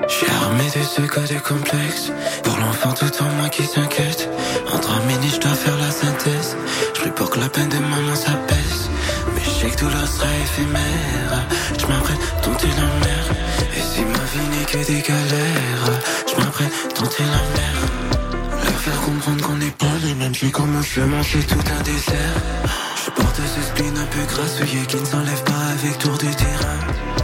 J'ai armé de ce côté complexe pour l'enfant tout en moi qui s'inquiète. En 3 minutes je dois faire la synthèse. Je prie pour que la peine de maman s'apaise. Mais je sais que tout leur sera éphémère. Je m'apprête à tenter la mer. Et si ma vie n'est que des galères, je m'apprête à tenter la mer. Leur faire comprendre qu'on n'est pas les mêmes. Puis comme mon chemin c'est tout un désert. Je porte ce spleen un peu grassouillé qui ne s'enlève pas avec tour du terrain.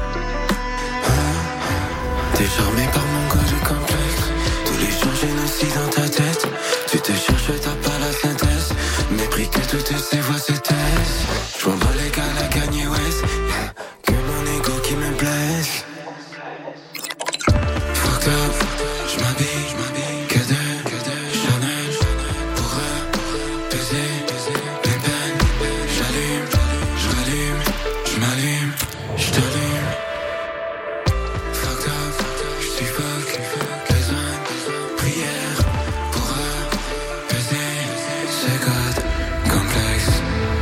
T'es charmé par mon côté complexe. Tous les jours génocide dans ta tête. Tu te cherches, t'as pas la synthèse. Mépris que toutes ces voix se taisent. J'vois pas les gars la Kanye West. Que mon ego qui me blesse. Fucked up, j'm'habille que de Chanel. Pour apaiser mes peines. J'allume, j'rallume, j'm'allume, j't'allume. Fucked up, j'suffoque, besoin de prière. Pour apaiser ce code complexe.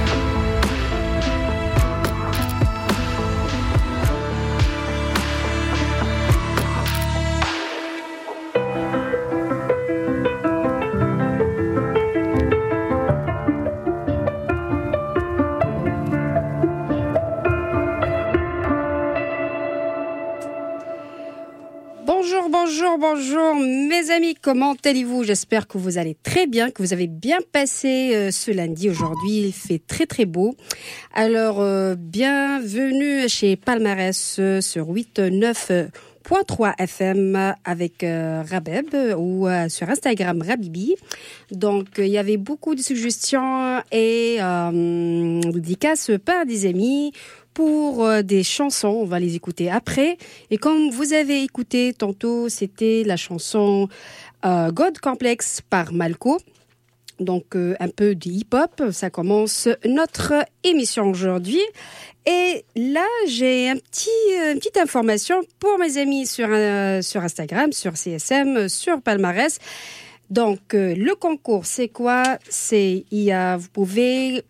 Bonjour mes amis, comment allez-vous? J'espère que vous allez très bien, que vous avez bien passé ce lundi. Aujourd'hui, il fait très très beau. Alors, bienvenue chez Palmarès sur 89.3 FM avec Rabeb ou sur Instagram Rabibi. Donc, il y avait beaucoup de suggestions et dédicaces par des amis pour des chansons. On va les écouter après. Et comme vous avez écouté tantôt, c'était la chanson God Complex par Malco. Donc, un peu de hip-hop. Ça commence notre émission aujourd'hui. Et là, j'ai une petite information pour mes amis sur Instagram, sur CSM, sur Palmarès. Donc, le concours, c'est quoi? Vous pouvez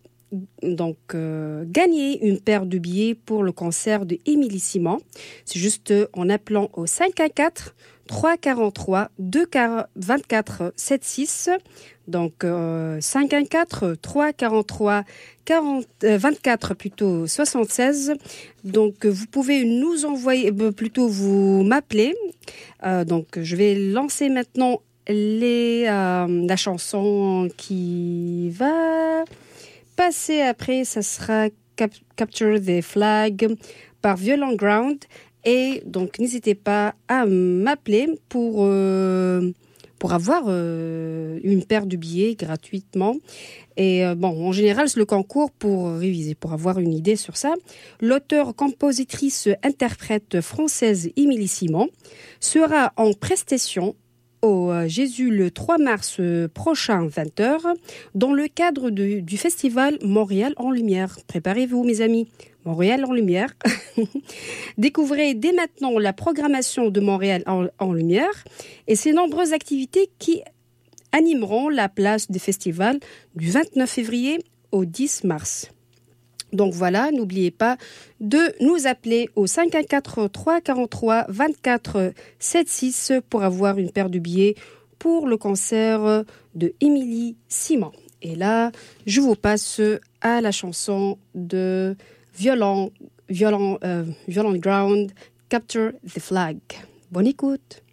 gagner une paire de billets pour le concert de Émilie Simon. C'est juste en appelant au 514 343 24 76. Donc 514 343 24 plutôt 76. Donc vous pouvez nous envoyer, plutôt vous m'appeler. Donc je vais lancer maintenant la chanson qui va passer après. Ça sera Capture the Flag par Violent Ground. Et donc, n'hésitez pas à m'appeler pour avoir une paire de billets gratuitement. Et en général, c'est le concours pour réviser, pour avoir une idée sur ça. L'auteur, compositrice, interprète française Émilie Simon sera en prestation au Jésus le 3 mars prochain 20h dans le cadre du festival Montréal en Lumière. Préparez-vous mes amis, Montréal en Lumière. Découvrez dès maintenant la programmation de Montréal en Lumière et ses nombreuses activités qui animeront la place des festivals du 29 février au 10 mars. Donc voilà, n'oubliez pas de nous appeler au 514 343 24 76 pour avoir une paire de billets pour le concert de Émilie Simon. Et là, je vous passe à la chanson de Violent Ground, Capture the Flag. Bonne écoute.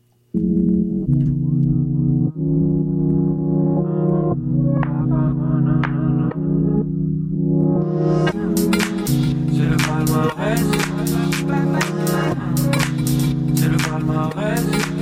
C'est le palmarès. C'est le palmarès.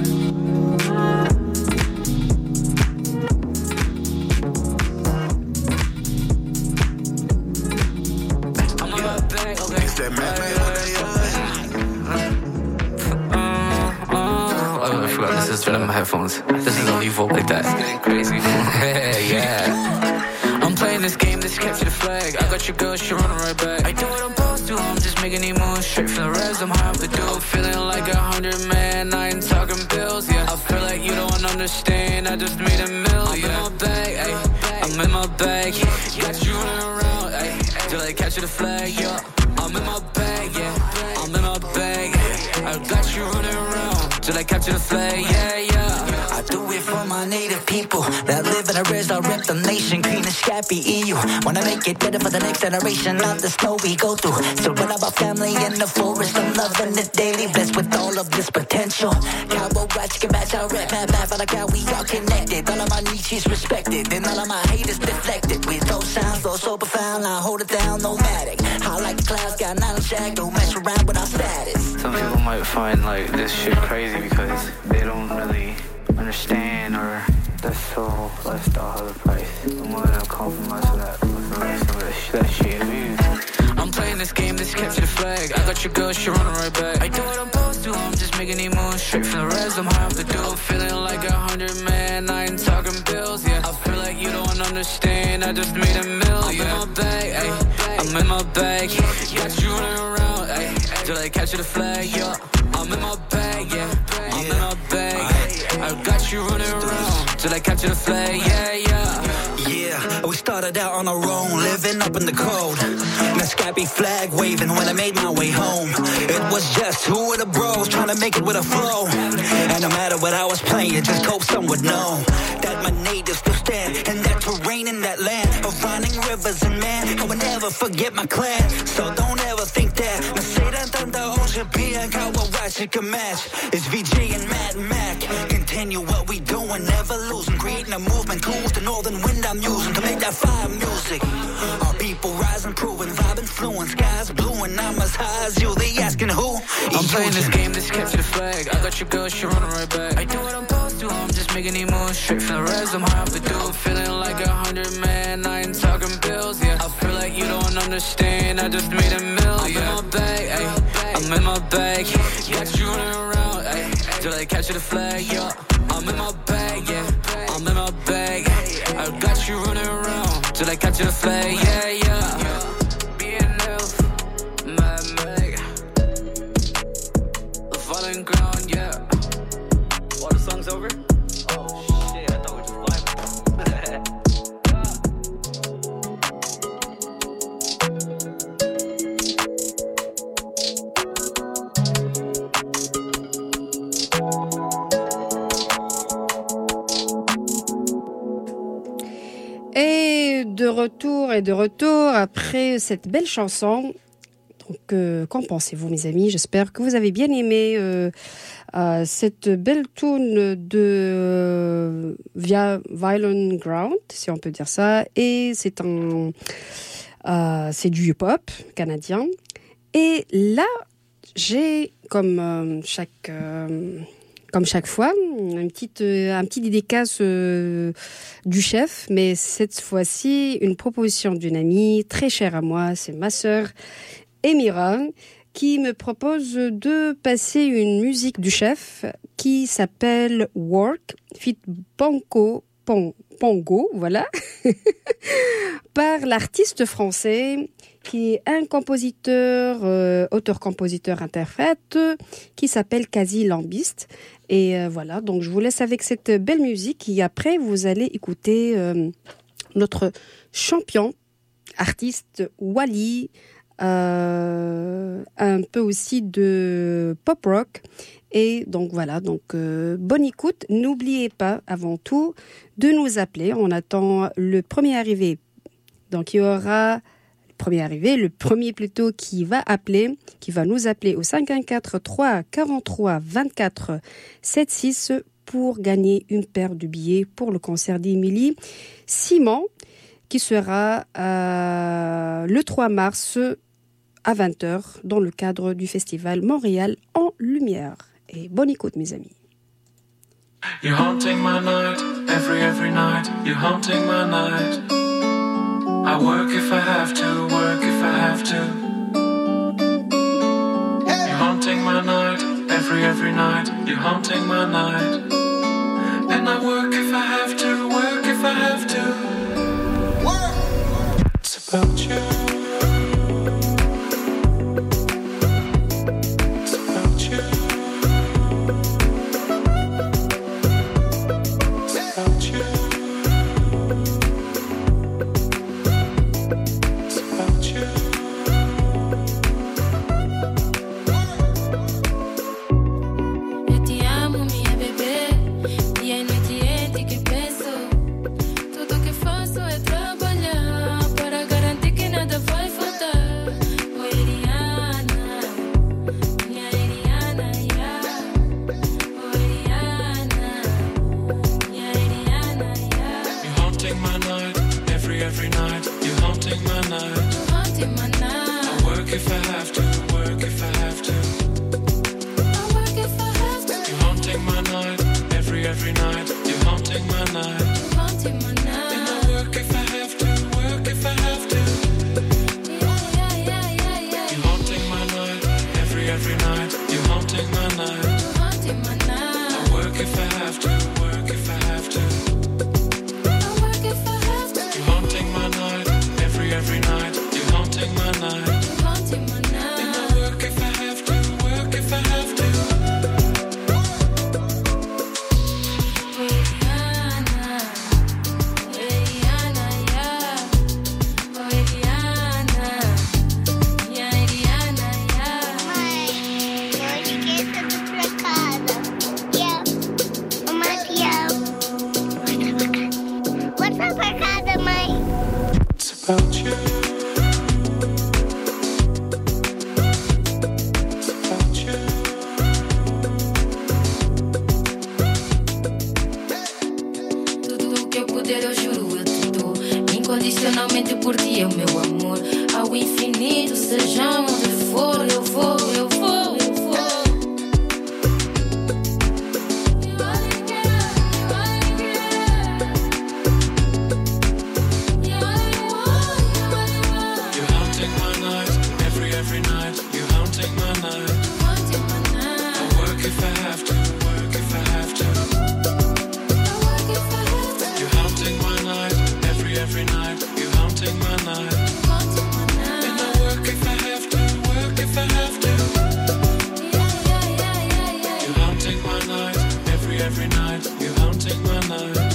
I forgot this is filling my headphones. This is only vote like that. Crazy. Yeah. I'm playing this game, this capture the flag. I got your girl, she running right back. I do what I'm supposed to, I'm just making these moves straight from the res. I'm high off the dope, feeling like 100 man. I ain't talking bills, yeah. I feel like you don't understand. I just made a million. I'm in my bag, ayy. I'm in my bag. Got you running around, ayy. Till I capture the flag, yeah. I'm in my bag, yeah. I'm in my bag. I got you running around. till I capture the flag, yeah, yeah. I do it for my native people that live in the res. I rep the nation, clean and scrappy EU. Wanna make it better for the next generation, not the snow we go through. Still what about family in the forest? I'm loving it daily, blessed with all of this potential. Cowboy watch can match our rep, mad for the crowd, we all connected. All of my niches respected, and all of my haters deflected. With those sounds, though so profound, I hold it down, nomadic. I like the clouds, got nine shack, don't mess around with our status. Some people might find like this shit crazy because they don't really understand, or that's so lifestyle has a price. I'm willing to compromise for that. That shit views. I'm playing this game, this capture the flag. I got your girl, she running right back. I do what I'm supposed to, I'm just making these moves straight from the res. I'm high off the dope, feeling like 100 man. I ain't talking bills, yeah. I feel like you don't understand. I just made $1 million. I'm in my bag, ayy. I'm in my bag. Got you running around, ayy. Till I capture the flag, yeah. I'm in my bag, yeah. I'm in my bag. I got you running around till I capture the flag, yeah, yeah. Yeah, we started out on our own, living up in the cold. And a scrappy flag waving when I made my way home. It was just two of the bros trying to make it with a flow. And no matter what I was playing, just hope some would know that my natives still stand in that terrain, in that land of running rivers. And man, I would never forget my clan. So don't ever think that Mercedes and the ocean being cowboy watch you can match. It's VG and Mad Mac. Continue what we doing, never losing. Creating a movement, cool with the northern wind I'm using to make that fire music. Our people rising, proving, vibing, fluent. Skies blue and I'm as high as you. They asking who? I'm playing this game, this capture the flag. I got your girl, she running right back. I do what I'm supposed to, I'm just making these moves straight from the res. I'm high off the dope, feeling like 100 man. I ain't talking bills, yeah. I feel like you don't understand. I just made $1 million. I'm in my bag, ayy. I'm in my bag. Got you running around, ayy. Till I capture the flag, yeah. I'm in my bag, yeah. I'm in my bag. I got you running around till I capture the flag, yeah, yeah. BNF, Mad Mag, the falling ground, yeah. Oh, the song's over? Oh shit, I thought we were just vibing. Et de retour après cette belle chanson. Donc, qu'en pensez-vous, mes amis? J'espère que vous avez bien aimé cette belle tune de Violent Ground, si on peut dire ça. Et c'est du hip-hop canadien. Et là, j'ai comme chaque fois, un petit dédicace du chef, mais cette fois-ci, une proposition d'une amie très chère à moi, c'est ma sœur Emira, qui me propose de passer une musique du chef qui s'appelle Work, feat. Pongo, voilà, par l'artiste français qui est un compositeur, auteur-compositeur-interprète qui s'appelle Quasi Lambiste. Et voilà, donc je vous laisse avec cette belle musique et après vous allez écouter notre champion, artiste Wally, un peu aussi de pop rock. Et donc voilà, bonne écoute. N'oubliez pas avant tout de nous appeler. On attend le premier arrivé. Donc il y aura le premier plutôt qui va nous appeler au 514 343 24 76 pour gagner une paire de billets pour le concert d'Émilie Simon qui sera le 3 mars à 20h dans le cadre du festival Montréal en Lumière. Et bonne écoute, mes amis. You're haunting my night, every night. You're haunting my night. I work if I have to, work if I have to. You're haunting my night, every night. You're haunting my night. And I work if I have to, work if I have to. Work! It's about you. Ti night, you haunting my night. I work if I have to, work if I have to. You haunting my night, every night, you haunting my night. And I work if I have to, work if I have to. About you. About you. Tudo que eu puder eu juro, eu te dou. Incondicionalmente por ti é o meu amor. Ao infinito, seja onde for, eu vou, eu vou, eu vou. Every night, you haunting my night. I work if I have to, work if I have to. You haunting my night, every night, you haunting my night. And I work if I have to, work if I have to. You haunting my night, every night, you haunting my night.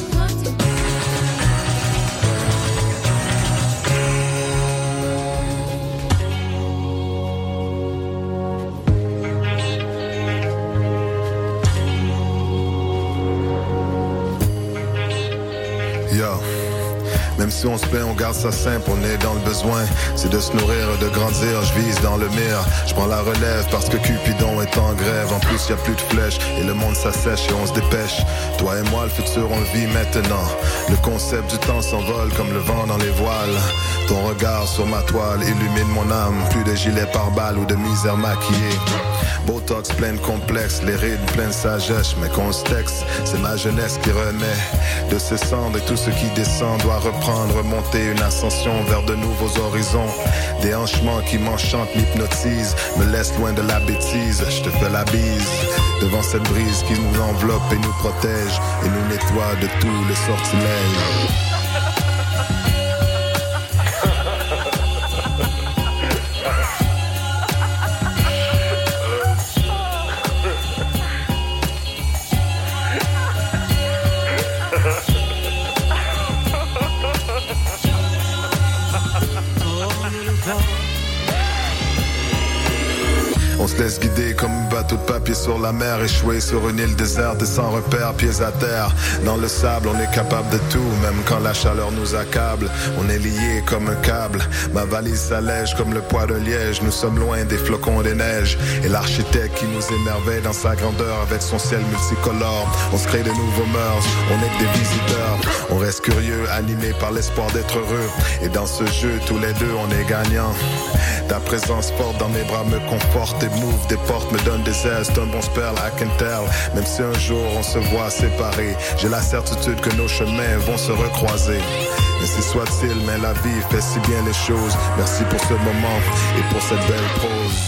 Même si on se plaît, on garde ça simple, on est dans le besoin. C'est de se nourrir, de grandir, je vise dans le mire. Je prends la relève parce que Cupidon est en grève. En plus y a plus de flèches et le monde s'assèche et on se dépêche. Toi et moi, le futur on le vit maintenant. Le concept du temps s'envole comme le vent dans les voiles. Ton regard sur ma toile illumine mon âme. Plus de gilets pare-balles ou de misère maquillée. Botox plein de complexes, les rides pleines de sagesse. Mais qu'on se texte, c'est ma jeunesse qui renaît de ses cendres. Et tout ce qui descend doit reprendre, remonter une ascension vers de nouveaux horizons. Des hanchements qui m'enchantent, m'hypnotisent, me laissent loin de la bêtise. Je te fais la bise devant cette brise qui nous enveloppe et nous protège et nous nettoie de tous les sortilèges. On se laisse guider comme un bateau de papier sur la mer, échoué sur une île déserte et sans repère, pieds à terre. Dans le sable, on est capable de tout, même quand la chaleur nous accable. On est liés comme un câble, ma valise s'allège comme le poids de liège. Nous sommes loin des flocons des neiges et l'architecte qui nous émerveille dans sa grandeur avec son ciel multicolore. On se crée de nouveaux mœurs, on est que des visiteurs. On reste curieux, animé par l'espoir d'être heureux. Et dans ce jeu, tous les deux, on est gagnants. Ta présence forte dans mes bras me conforte et m'ouvre des portes, me donne des ailes, c'est un bon spell, I can tell. Même si un jour on se voit séparés, j'ai la certitude que nos chemins vont se recroiser. Ainsi soit-il, mais la vie fait si bien les choses. Merci pour ce moment et pour cette belle prose.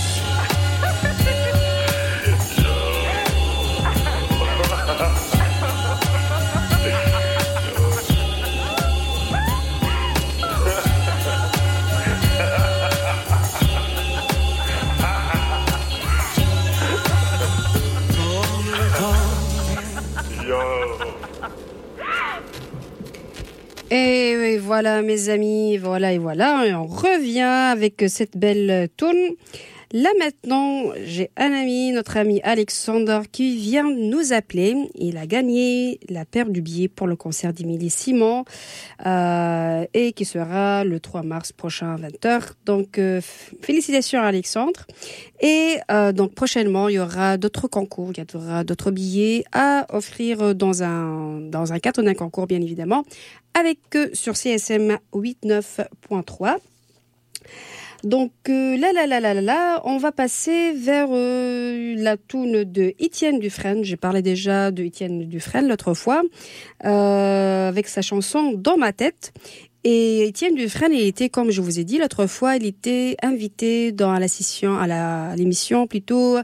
Et voilà mes amis, voilà et voilà, et on revient avec cette belle tune. Là maintenant, j'ai un ami, notre ami Alexandre, qui vient nous appeler. Il a gagné la paire du billet pour le concert d'Émilie Simon et qui sera le 3 mars prochain à 20h. Donc félicitations à Alexandre. Et donc prochainement, il y aura d'autres concours, il y aura d'autres billets à offrir dans un carton d'un concours bien évidemment, avec sur CSM 89.3. Donc là, on va passer vers la toune de Étienne Dufresne. J'ai parlé déjà de Étienne Dufresne l'autre fois, avec sa chanson Dans ma tête. Et Étienne Dufresne, il était, comme je vous ai dit l'autre fois, il était invité dans l'émission plutôt,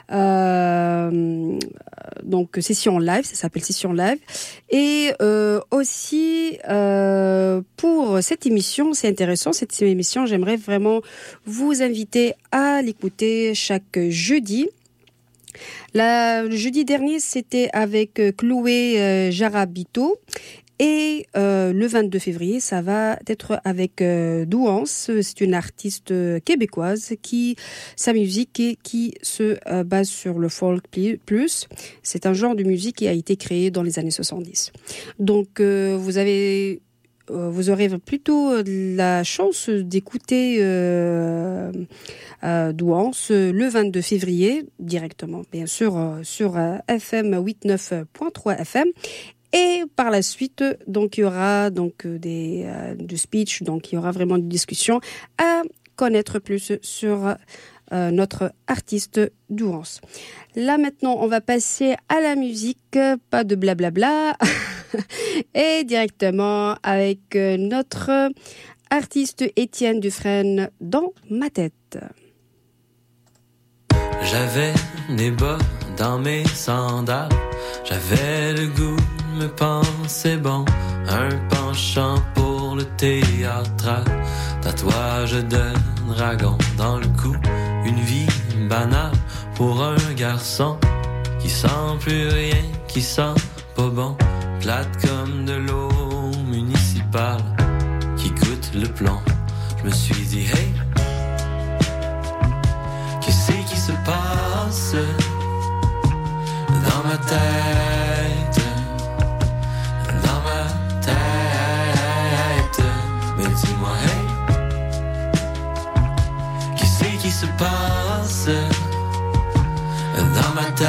donc Session Live, ça s'appelle Session Live. Et aussi, pour cette émission, c'est intéressant, cette émission, j'aimerais vraiment vous inviter à l'écouter chaque jeudi. Le jeudi dernier, c'était avec Chloé Jarabito. Et le 22 février, ça va être avec Douance. C'est une artiste québécoise sa musique qui se base sur le folk plus. C'est un genre de musique qui a été créé dans les années 70. Donc vous aurez plutôt la chance d'écouter Douance le 22 février directement, bien sûr, sur FM 89.3 FM. Et par la suite, donc il y aura donc du speech, donc il y aura vraiment une discussion à connaître plus sur notre artiste Douance. Là maintenant, on va passer à la musique, pas de blablabla, et directement avec notre artiste Étienne Dufresne dans ma tête. J'avais des bas dans mes sandales, j'avais le goût me penser bon, un penchant pour le théâtral, tatouage de dragon dans le cou, une vie banale pour un garçon qui sent plus rien, qui sent pas bon, plate comme de l'eau municipale qui goûte le plomb. Je me suis dit hey, qu'est-ce qui se passe dans ma tête? Mais dis-moi, hey, qu'est-ce qui se passe dans ma tête?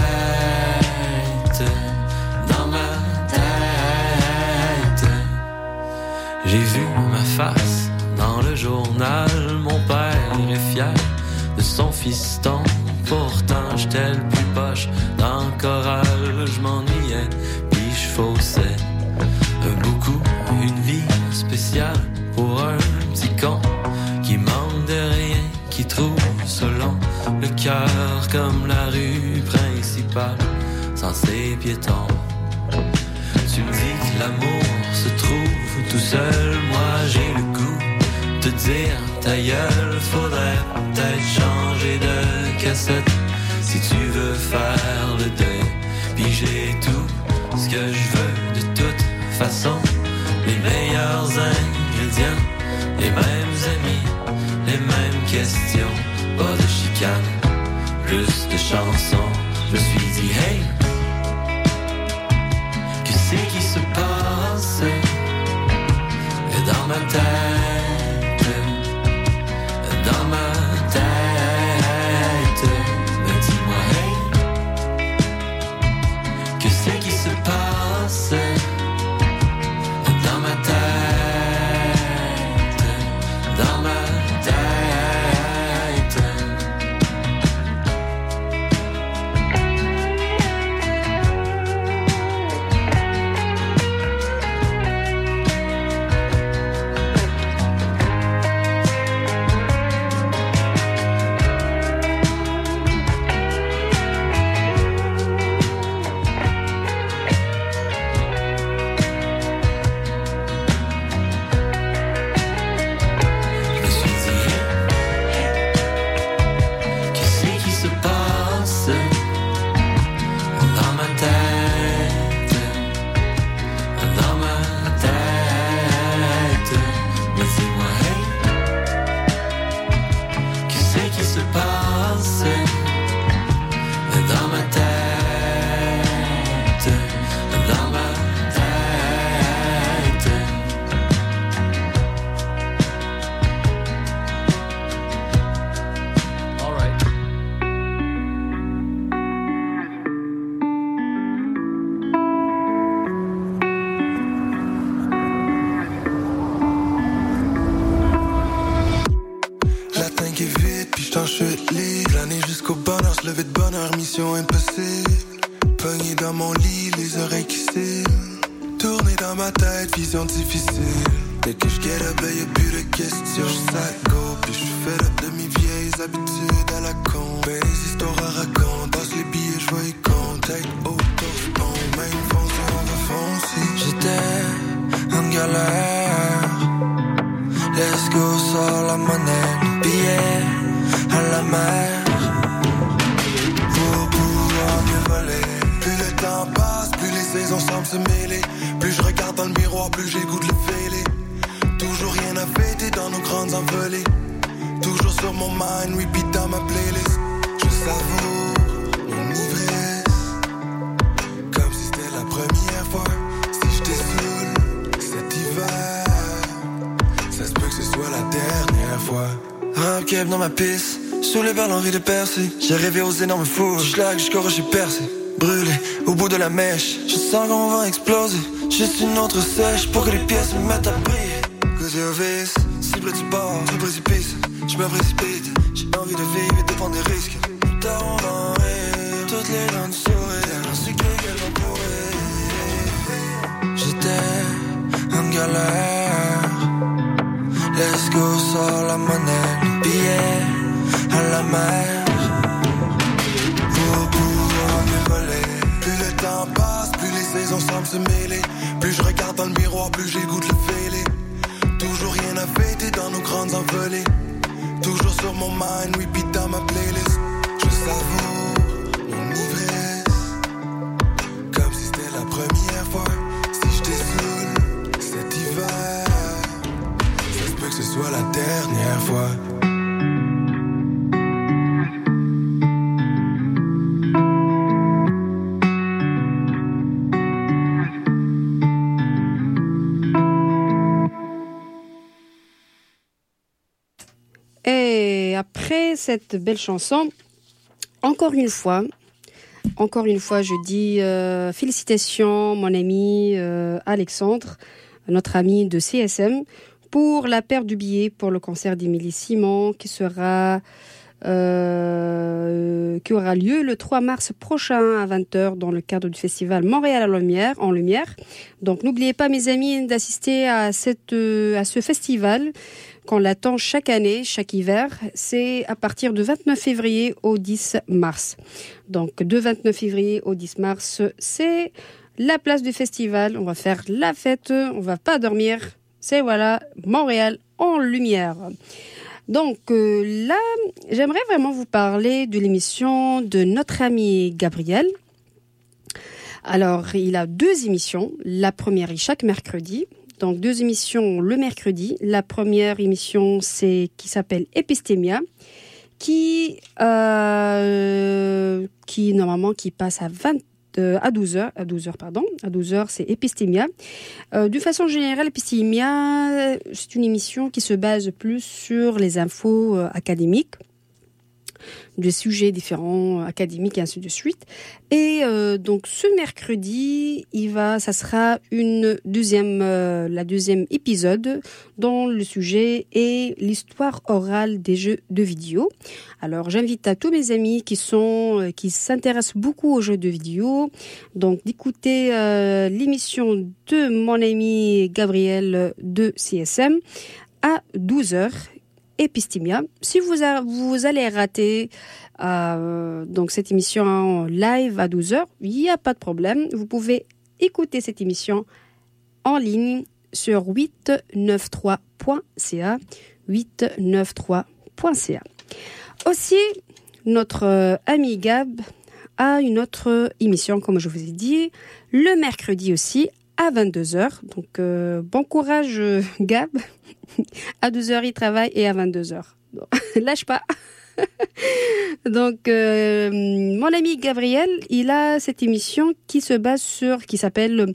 Dans ma tête. J'ai vu ma face dans le journal. Mon père est fier de son fiston. Pourtant j'étais le plus poche dans le choral. Je m'ennuyais, puis je faussais beaucoup. Une vie spéciale pour un petit con qui manque de rien, qui trouve ça long. Le cœur comme la rue principale sans ses piétons. Tu me dis que l'amour se trouve tout seul. Moi j'ai le goût de dire ta gueule. Faudrait peut-être changer de cassette si tu veux faire le deuil. Puis j'ai tout ce que je veux de toute façon. Les meilleurs ingrédients, les mêmes amis, les mêmes questions. Pas de chicane, plus de chansons. Je me suis dit hey, qu'est-ce qui se passe dans ma tête? Dans ma tête. Mais dis-moi hey, qu'est-ce qui se passe dans ma tête? Dans ma tête. Levé de bonheur, mission impossible. Pogné dans mon lit, les oreilles qui cillent. Tourné dans ma tête, vision difficile. Dès que je get up, y'a plus de questions. Je psycho, puis je suis fed up de mes vieilles habitudes à la con. Ben les histoires à raconter, passe les billets, je vais y compter. Auto-spon, même foncé, on va foncer. J'étais en galère. Let's go, sors la monnaie, le billet à la mer. Pour pouvoir mieux voler. Plus le temps passe, plus les saisons semblent se mêler. Plus je regarde dans le miroir, plus j'ai goût de le fêler. Toujours rien à fêter dans nos grandes envolées. Toujours sur mon mind, repeat dans ma playlist. Je savoure mon ivresse, comme si c'était la première fois. Si je t'essoule cet hiver, ça se peut que ce soit la dernière fois. Rap cap dans ma piste, saoulé par l'envie de percer. J'ai rêvé aux énormes fous, schlag jusqu'au rocher percé. Brûlé au bout de la mèche, je sens qu'on va exploser. Juste une autre sèche pour que les pièces me mettent à briller. Cause you're vice, si près du bord, du précipice. Je me précipite, j'ai envie de vivre et de prendre des risques. Tard on va en rire, toutes les gens du sourire. J'en suis qu'elles vont pourrir. J'étais en galère. Let's go, sors la monnaie, le billet à la mer. Pour pouvoir mieux voler. Plus le temps passe, plus les saisons semblent se mêler. Plus je regarde dans le miroir, plus j'ai goût de le fêler. Toujours rien à fêter dans nos grandes envolées. Toujours sur mon mind, repeat dans ma playlist. Je savoure mon ivresse, comme si c'était la première fois. Si je t'essoule cet hiver, ça se peut que ce soit la dernière fois. Et après cette belle chanson, encore une fois, je dis félicitations mon ami Alexandre, notre ami de CSM, pour la perte du billet pour le concert d'Émilie Simon qui aura lieu le 3 mars prochain à 20h dans le cadre du festival Montréal en Lumière. Donc n'oubliez pas mes amis d'assister à ce festival qu'on l'attend chaque année, chaque hiver. C'est à partir du 29 février au 10 mars. Donc de 29 février au 10 mars, c'est la place du festival. On va faire la fête, on va pas dormir. C'est voilà, Montréal en lumière. Donc là, j'aimerais vraiment vous parler de l'émission de notre ami Gabriel. Alors, il a 2 émissions. La première est chaque mercredi. Donc 2 émissions le mercredi. La première émission, qui s'appelle Epistémia, qui normalement qui passe à 12h, c'est Epistémia. De façon générale, Epistémia, c'est une émission qui se base plus sur les infos académiques, des sujets différents académiques et ainsi de suite. Et donc ce mercredi, ça sera la deuxième épisode dont le sujet est l'histoire orale des jeux de vidéo. Alors j'invite à tous mes amis qui s'intéressent beaucoup aux jeux de vidéo, donc d'écouter l'émission de mon ami Gabriel de CSM à 12h. Epistémia. Si vous allez rater donc cette émission en live à 12h, il n'y a pas de problème. Vous pouvez écouter cette émission en ligne sur 893.ca. 893.ca. Aussi, notre ami Gab a une autre émission, comme je vous ai dit, le mercredi aussi, à 22h. Donc, bon courage, Gab. À 12h, il travaille et à 22h. Donc, lâche pas. Donc, mon ami Gabriel, il a cette émission qui s'appelle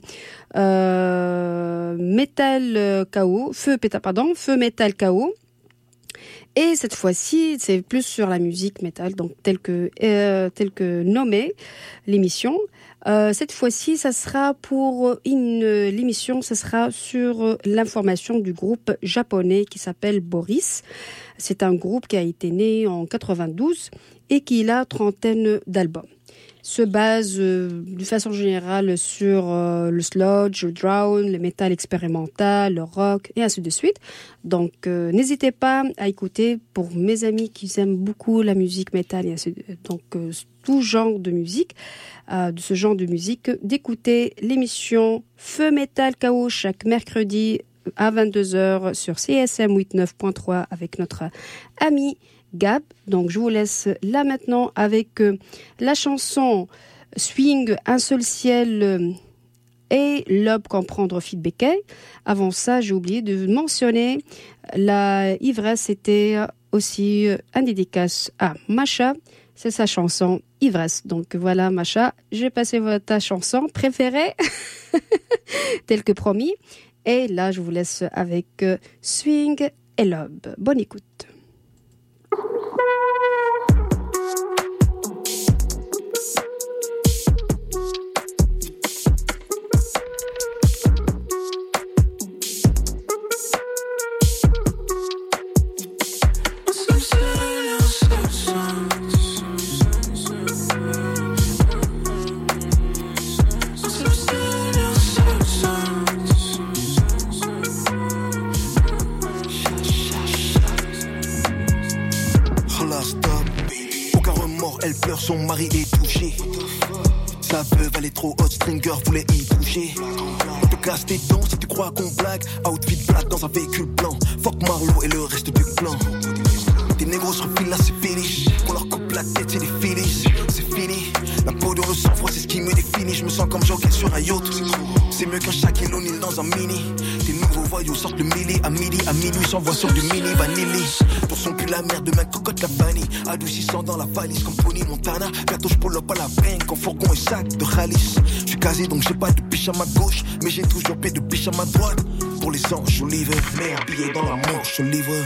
Metal KO, Feu Metal KO. Et cette fois-ci, c'est plus sur la musique métal, donc tel que nommé l'émission. Cette fois-ci, ça sera l'émission, ça sera sur l'information du groupe japonais qui s'appelle Boris. C'est un groupe qui a été né en 92 et qui a 30 d'albums. se base de façon générale sur le sludge, le drone, le métal expérimental, le rock et ainsi de suite. Donc n'hésitez pas à écouter pour mes amis qui aiment beaucoup la musique métal et ainsi de suite. Donc tout genre de musique, de ce genre de musique, d'écouter l'émission Feu Métal KO chaque mercredi à 22h sur CSM 89.3 avec notre ami Gab. Donc je vous laisse là maintenant avec la chanson Swing, Un seul ciel et L'aube comprendre feedback. Avant ça, j'ai oublié de mentionner la ivresse, c'était aussi un dédicace à Macha. C'est sa chanson Ivresse. Donc voilà Macha, j'ai passé ta chanson préférée, telle que promis. Et là, je vous laisse avec Swing et L'aube. Bonne écoute. Elle pleure, son mari est touché. Sa veuve elle est trop hot, Stringer voulait y toucher. On te casse tes dents si tu crois qu'on blague. Outfit black dans un véhicule blanc. Fuck Marlowe et le reste du clan. Tes négros se refilent là, c'est fini. Qu'on leur coupe la tête, c'est des finis. C'est fini. La peau de le sang-froid, c'est ce qui me définit. Je me sens comme Joker sur un yacht. C'est mieux qu'un Shaquille O'Neal dans un mini. Tes nouveaux voyous sortent le milli. À midi, à minuit, s'envoient sur du mini vanilli. Ton son pue la merde, ma cocotte la vanille. Adoucissant dans la valise comme Pony Montana. Bientôt je pull up à la banque en fourgon et sac de Khalis. J'suis casé donc j'ai pas de biche à ma gauche. Mais j'ai toujours paix de biche à ma droite. Pour les anges, Oliver. Mais un billet dans la manche, Oliver.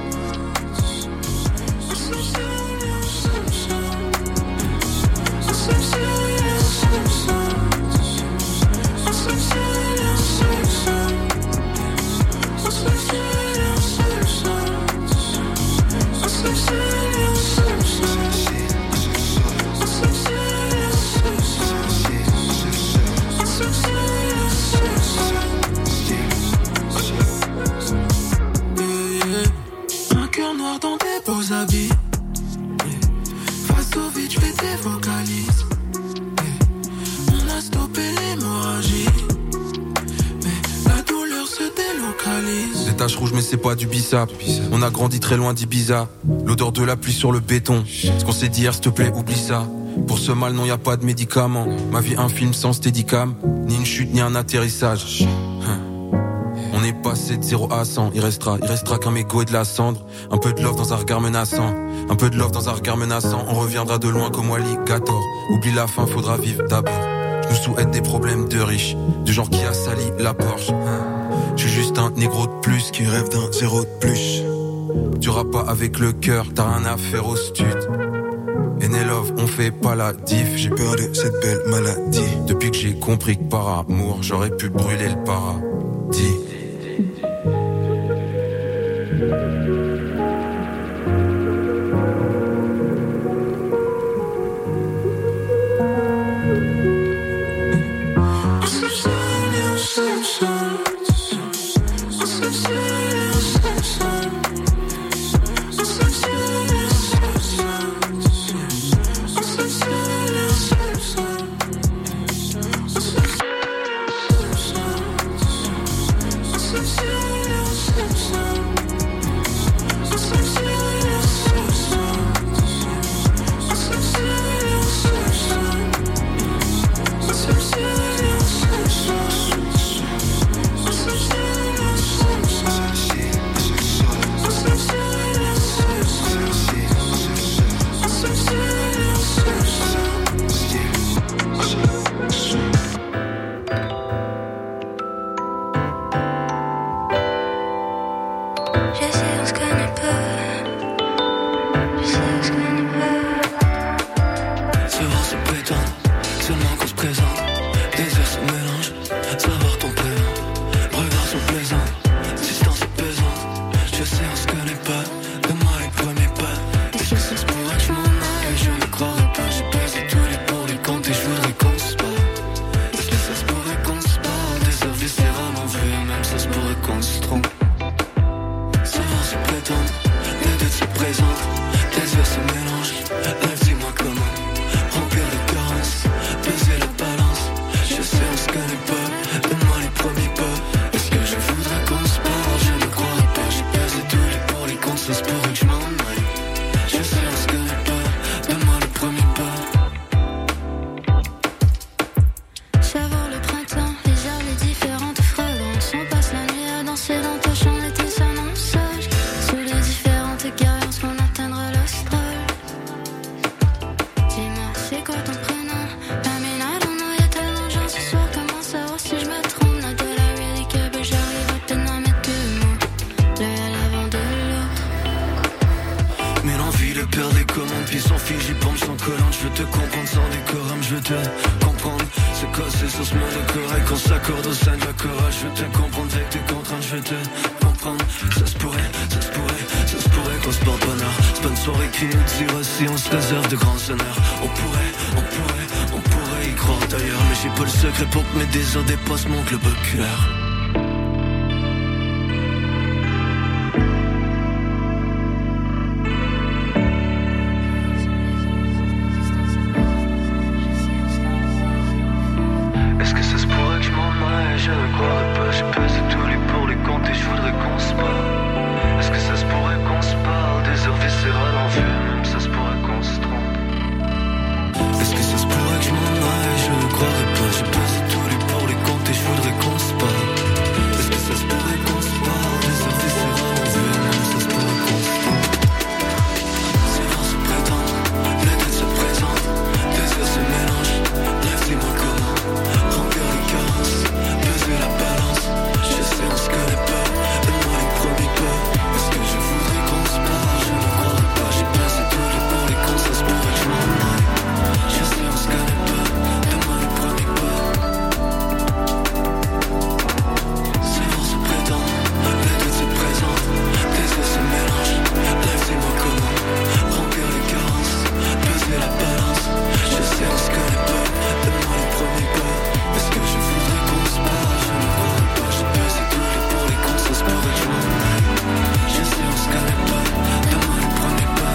Un cœur noir dans tes beaux habits. Face au vide, je fais tes vocalises. On a stoppé l'hémorragie, mais la douleur se délocalise. Des taches rouges mais c'est pas du bissap. On a grandi très loin d'Ibiza. L'odeur de la pluie sur le béton. Ce qu'on s'est dit hier, s'il te plaît, oublie ça. Pour ce mal, non, y a pas de médicaments. Ma vie, un film sans steadicam. Ni une chute, ni un atterrissage. On est passé de 0 à 100. Il restera qu'un mégot et de la cendre. Un peu de love dans un regard menaçant. Un peu de love dans un regard menaçant. On reviendra de loin comme alligator. Oublie la fin, faudra vivre d'abord. Je nous souhaite des problèmes de riches. Du genre qui a sali la Porsche. Je suis juste un négro de plus qui rêve d'un zéro de plus. Tu rappes pas avec le cœur, t'as rien à faire au stud. Enelove, on fait pas la diff. J'ai peur de cette belle maladie. Depuis que j'ai compris que par amour, j'aurais pu brûler le paradis. te comprendre. C'est cassé sur ce monde correct qu'on s'accorde au sein de la chorale. Je veux te comprendre avec tes contraintes, je veux te comprendre. Ça se pourrait qu'on se porte bonheur. C'est pas une soirée qui nous tire si on se réserve de grands honneurs. On pourrait y croire d'ailleurs, mais j'ai pas le secret pour que mes désirs dépassent mon globe oculaire. Est-ce que ça se pourrait que je m'en aille? Je ne croirais pas, j'ai pesé tous les pour les comptes et je voudrais qu'on se parle. Est-ce que ça se pourrait qu'on se parle? Des heures viscérales en vue, même ça se pourrait qu'on se trompe. Est-ce que ça se pourrait que je m'en aille? Je ne croirais pas, j'ai pesé tous les pour les comptes et je voudrais qu'on se parle. Est-ce que ça se pourrait qu'on se parle? Des heures viscérales en vue, même ça se pourrait qu'on se trompe. Ces vents se prétendent, les têtes se présentent, des yeux se mélangent, bref dis-moi comment remplir les carences, peser la balance. Je sais on se connaît pas, donne-moi les premiers pas. Est-ce que je voudrais qu'on se parle? Je ne croirais pas, j'ai pesé tous les pour les cons, ça se pourrait que je m'en aille. Je sais on se connaît pas, donne-moi les premiers pas. Ces vents se prétendent, les têtes se présentent, des yeux se mélangent, bref dis-moi comment remplir les carences, peser la balance. Je sais on se connaît pas, donne-moi les premiers pas. Est-ce que je voudrais qu'on se parle? Je ne croirais pas, j'ai pesé tous les pour les cons, ça se pourrait que je m'en aille. Je sais on se connaît pas, donne-moi les premiers pas.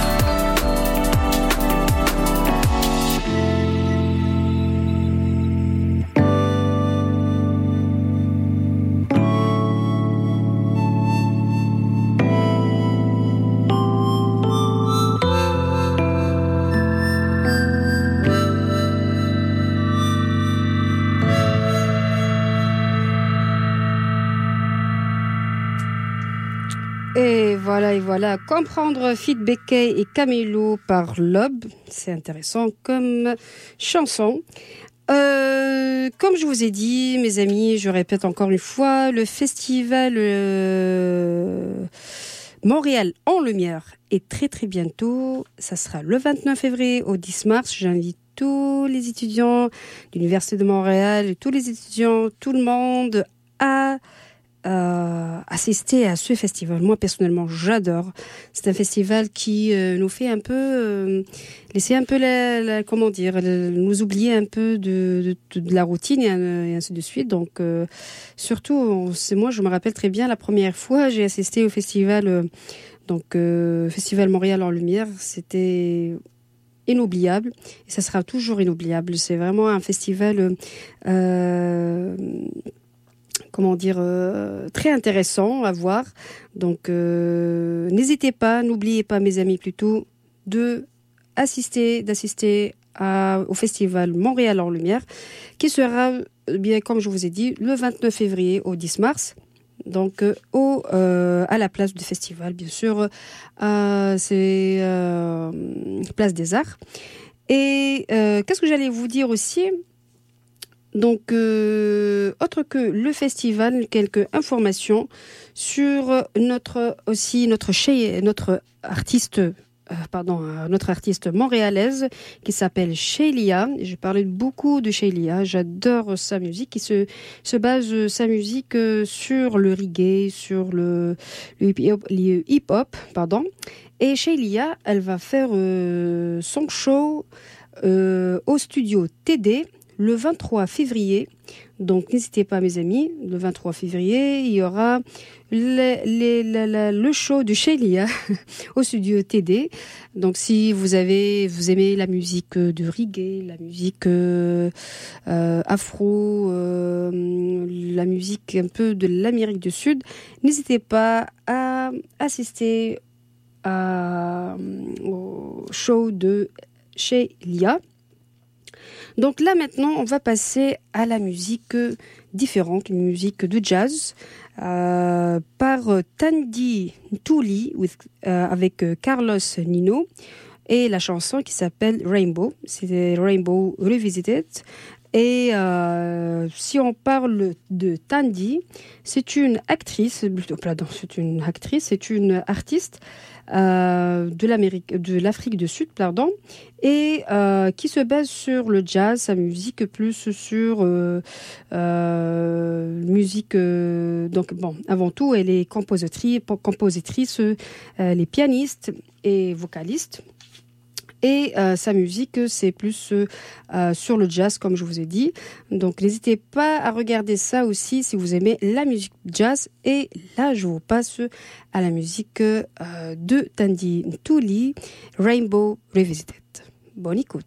Et voilà, comprendre Fit Bekay et Camilo par Lob, c'est intéressant comme chanson. Comme je vous ai dit, mes amis, je répète encore une fois, le festival Montréal en Lumière est très très bientôt. Ça sera le 29 février au 10 mars. J'invite tous les étudiants de l'Université de Montréal, tous les étudiants, tout le monde à assister à ce festival. Moi personnellement j'adore. C'est un festival qui nous fait un peu laisser un peu nous oublier un peu de la routine et ainsi de suite. Donc surtout moi je me rappelle très bien la première fois j'ai assisté au festival Festival Montréal en Lumière. C'était inoubliable et ça sera toujours inoubliable. C'est vraiment un festival très intéressant à voir. Donc, n'hésitez pas, n'oubliez pas, mes amis, plutôt, d'assister au festival Montréal en Lumière, qui sera, bien, comme je vous ai dit, le 29 février au 10 mars. Donc, à la place du festival, bien sûr, c'est Place des Arts. Et qu'est-ce que j'allais vous dire aussi? Donc, autre que le festival, quelques informations sur notre artiste montréalaise qui s'appelle Shelia. Je parlais beaucoup de Shelia. J'adore sa musique qui se base sa musique sur le reggae, sur le hip-hop, pardon. Et Shelia, elle va faire son show au studio TD le 23 février. Donc, n'hésitez pas, mes amis. Le 23 février, il y aura le show de Shelia au studio TD. Donc, si vous aimez la musique de reggae, la musique afro, la musique un peu de l'Amérique du Sud, n'hésitez pas à assister au show de Shelia. Donc là, maintenant, on va passer à la musique différente, une musique de jazz, par Tandy Tooley avec Carlos Nino et la chanson qui s'appelle Rainbow. C'est Rainbow Revisited. Et si on parle de Tandy, c'est une artiste de l'Afrique du Sud, pardon, et qui se base sur le jazz, sa musique plus sur musique. Donc bon, avant tout, elle est compositrice, elle est pianiste et vocaliste. Et sa musique, c'est plus sur le jazz, comme je vous ai dit. Donc, n'hésitez pas à regarder ça aussi si vous aimez la musique jazz. Et là, je vous passe à la musique de Tandy Ntuli, Rainbow Revisited. Bonne écoute.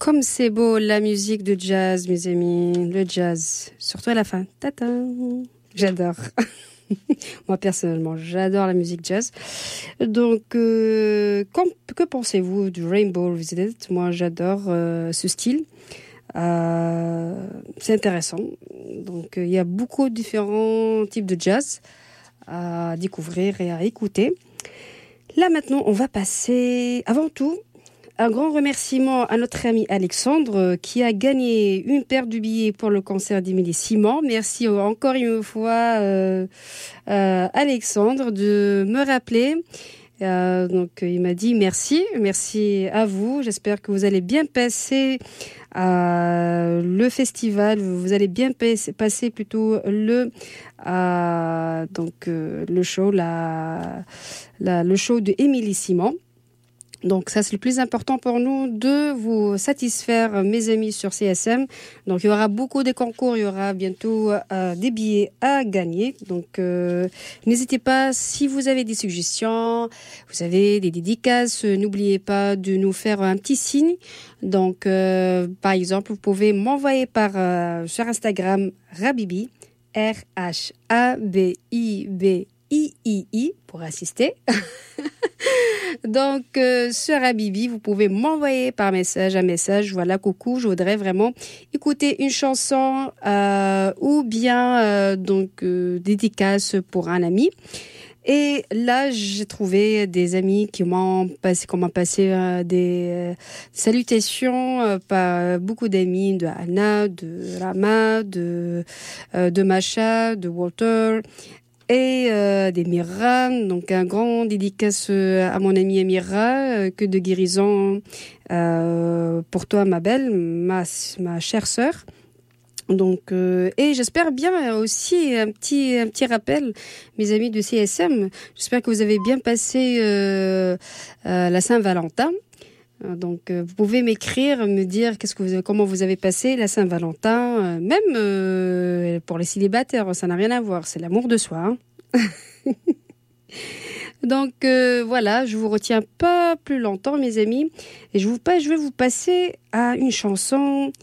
Comme c'est beau la musique de jazz, mes amis, le jazz, surtout à la fin. Tata, j'adore. Moi personnellement, j'adore la musique jazz. Donc, que pensez-vous du Rainbow Revisited? Moi, j'adore ce style. C'est intéressant. Donc, il y a beaucoup de différents types de jazz à découvrir et à écouter. Là, maintenant, on va passer, avant tout, un grand remerciement à notre ami Alexandre qui a gagné une paire de billets pour le concert d'Émilie Simon. Merci encore une fois Alexandre de me rappeler. Donc il m'a dit merci à vous. J'espère que vous allez bien passer le festival. Vous allez bien passer plutôt le show le show de Émilie Simon. Donc ça, c'est le plus important pour nous de vous satisfaire, mes amis, sur CSM. Donc il y aura beaucoup de concours, il y aura bientôt des billets à gagner. Donc n'hésitez pas, si vous avez des suggestions, vous avez des dédicaces, n'oubliez pas de nous faire un petit signe. Donc par exemple, vous pouvez m'envoyer sur Instagram Rabibi, RHABIBIII pour assister. Donc sur Rabibi, vous pouvez m'envoyer un message, voilà, coucou, je voudrais vraiment écouter une chanson ou bien dédicace pour un ami. Et là, j'ai trouvé des amis qui m'ont passé des salutations, par beaucoup d'amis, de Anna, de Rama, de Macha, de Walter et d'Emira. Donc un grand dédicace à mon amie Emira, que de guérison pour toi, ma belle, ma chère sœur. Donc et j'espère bien aussi un petit rappel, mes amis de CSM. J'espère que vous avez bien passé la Saint-Valentin. Donc vous pouvez m'écrire, me dire comment vous avez passé la Saint-Valentin, même pour les célibataires, ça n'a rien à voir, c'est l'amour de soi. Hein. Donc voilà, je vous retiens pas plus longtemps, mes amis, et je vais vous passer à une chanson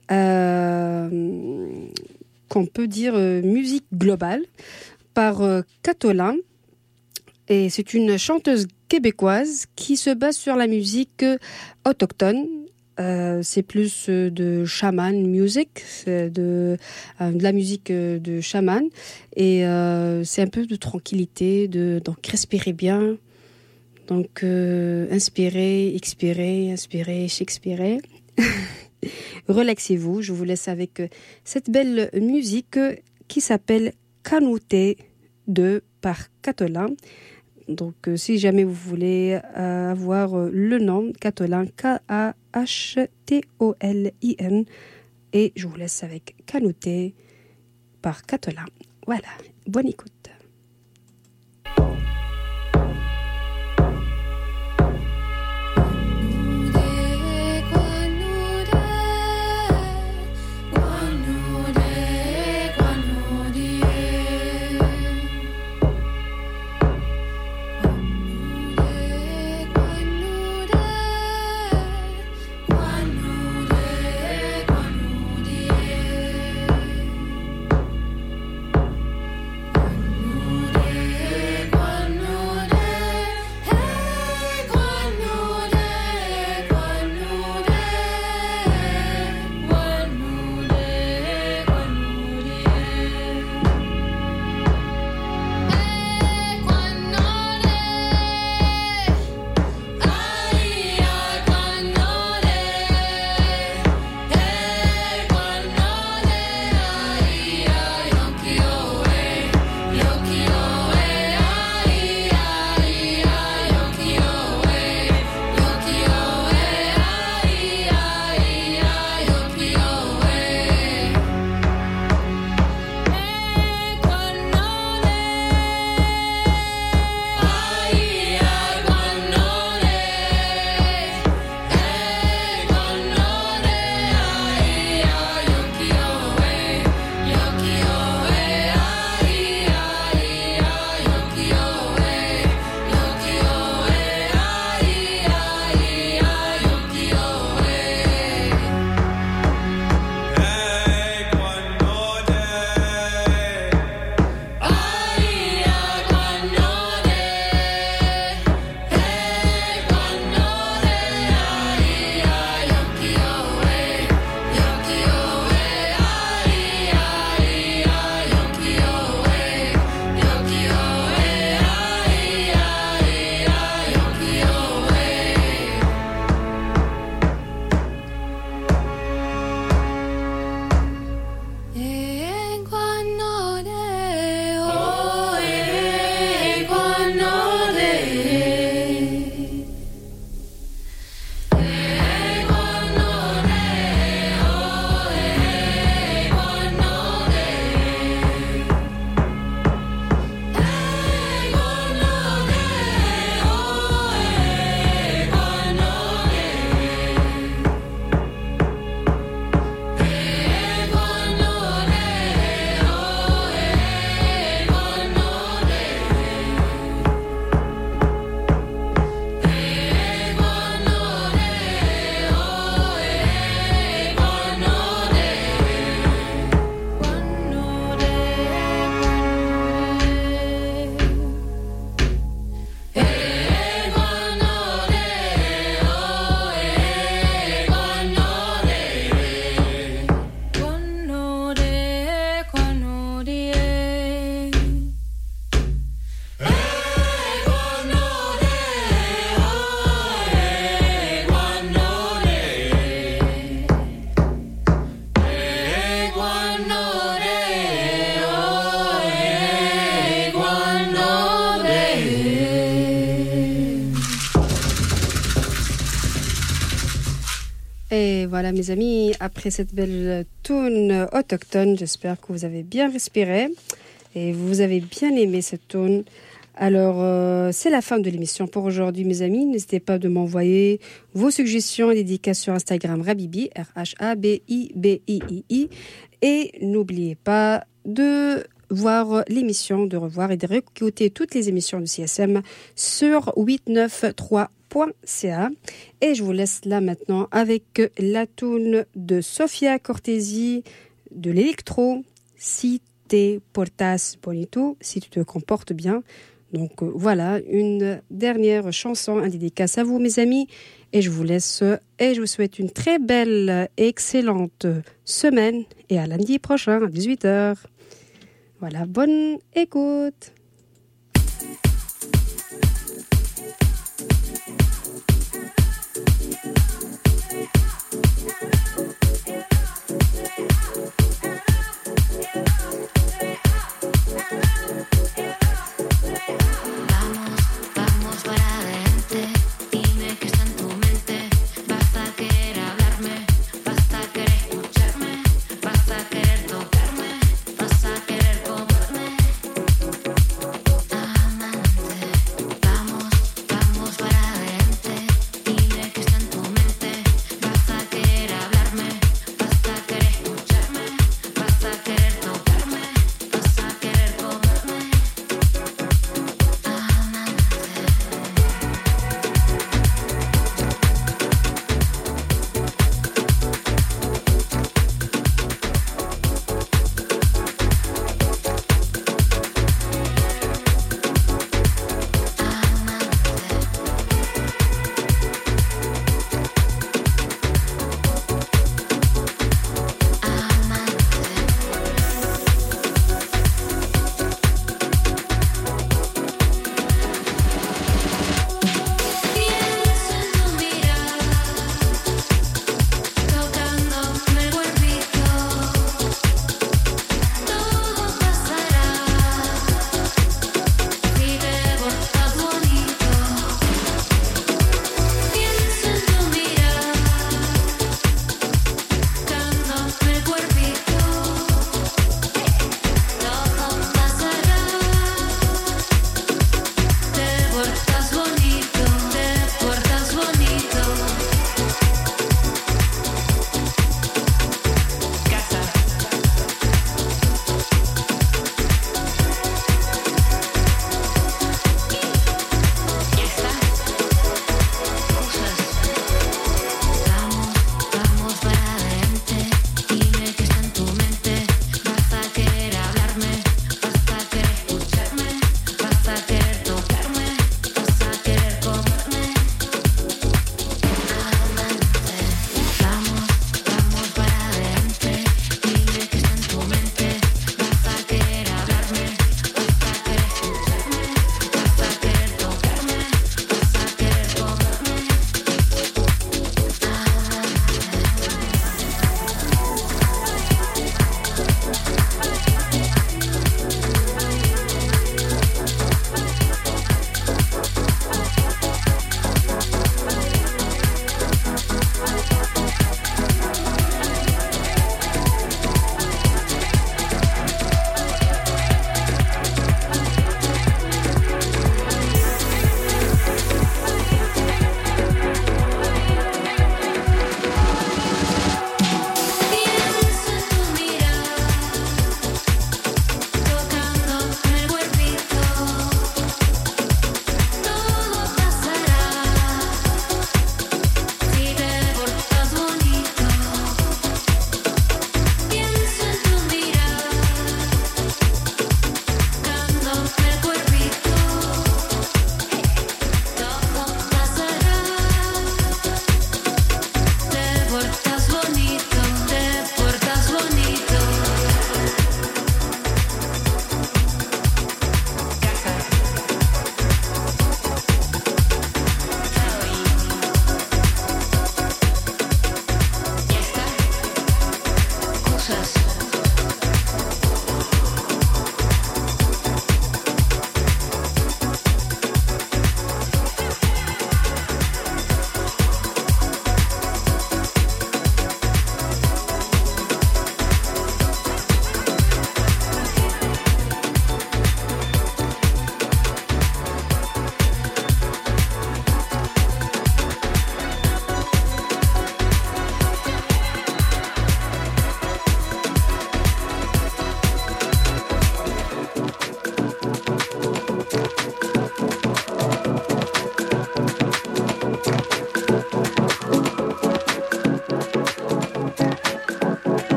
qu'on peut dire musique globale par Catolin, et c'est une chanteuse québécoise qui se base sur la musique autochtone. C'est plus de shaman music, c'est de la musique de shaman, et c'est un peu de tranquillité, donc respirez bien, donc inspirez, expirez, inspirez, expirez. Relaxez-vous, je vous laisse avec cette belle musique qui s'appelle Kanouté 2 par Catolin. Donc si jamais vous voulez avoir le nom Catolin, K-A-H-T-O-L-I-N, et je vous laisse avec Kanouté par Catolin. Voilà, bonne écoute. One Et voilà mes amis, après cette belle tune autochtone, j'espère que vous avez bien respiré et vous avez bien aimé cette tune. Alors c'est la fin de l'émission pour aujourd'hui mes amis, n'hésitez pas de m'envoyer vos suggestions et dédicaces sur Instagram Rabibi, RHABIBII, et n'oubliez pas de voir l'émission, de revoir et de réécouter toutes les émissions du CSM sur 893.ca. Et je vous laisse là maintenant avec la tune de Sofia Cortesi de l'électro, Si te portas bonito, si tu te comportes bien. Donc voilà, une dernière chanson, un dédicace à vous mes amis. Et je vous laisse et je vous souhaite une très belle et excellente semaine. Et à lundi prochain à 18h. Voilà, bonne écoute.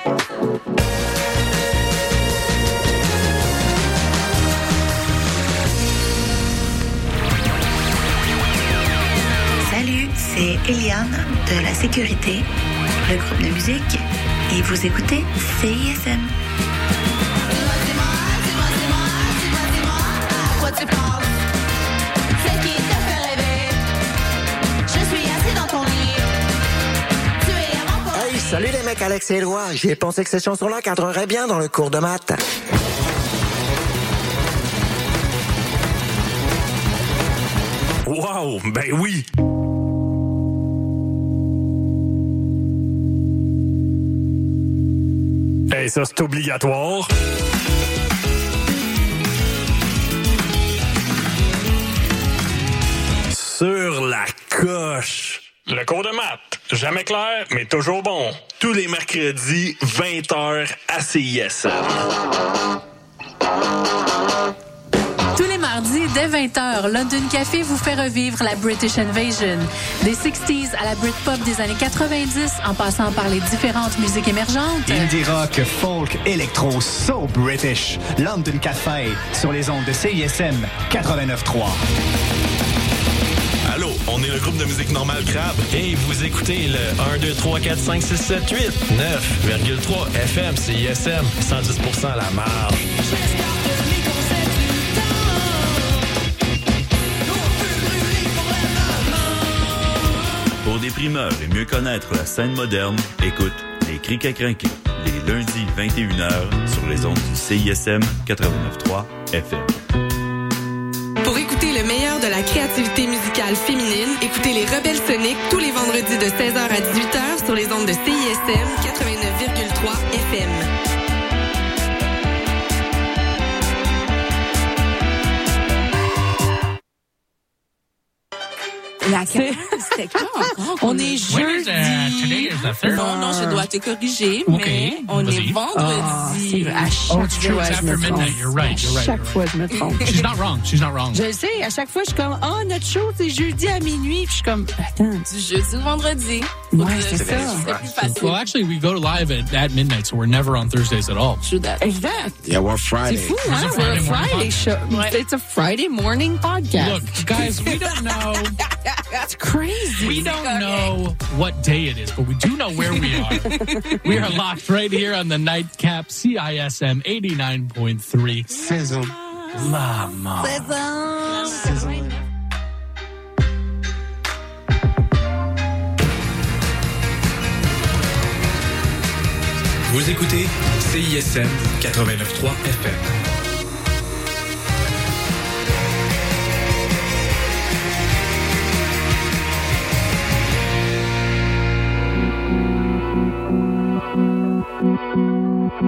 Salut, c'est Eliane de La Sécurité, le groupe de musique, et vous écoutez CISM. Hey, salut les mecs, Alex et Éloi. J'ai pensé que cette chanson-là cadrerait bien dans le cours de maths. Wow, ben oui! Hey, ça c'est obligatoire. Sur la coche. Le cours de maths, jamais clair, mais toujours bon. Tous les mercredis, 20h à CISM. Tous les mardis, dès 20h, London Café vous fait revivre la British Invasion. Des 60s à la Britpop des années 90, en passant par les différentes musiques émergentes. Indie rock, folk, électro, so British. London Café, sur les ondes de CISM 89.3. Allô, on est le groupe de musique normale Crabe. Et vous écoutez le 1, 2, 3, 4, 5, 6, 7, 8, 9,3 FM, CISM, 110% à la marge. Pour des primeurs et mieux connaître la scène moderne, écoute Les Crics à Crinquer, les lundis 21h sur les ondes du CISM 89.3 FM. Pour écouter le meilleur de la créativité musicale féminine, écoutez les Rebelles Soniques tous les vendredis de 16h à 18h sur les ondes de CISM 89,3 FM. La c'était quand encore? On est jeudi. Non, je dois te corriger, mais on est vendredi. À chaque fois, je me trompe. À chaque fois, je me trompe. She's not wrong. Je le sais, à chaque fois, je suis comme, notre show, c'est jeudi à minuit. Puis je suis comme, attends. Du jeudi au vendredi. Ouais, c'est ça. C'est plus facile. Well, actually, we go live at midnight, so we're never on Thursdays at all. Exact. Yeah, we're Friday. C'est fou, hein? We're a Friday show. It's a Friday morning podcast. Look, guys, we don't know. That's crazy. We don't know what day it is, but we do know where we are. We are locked right here on the Nightcap CISM 89.3. Sizzle. Lama. Sizzle. Vous écoutez CISM 89.3 FM.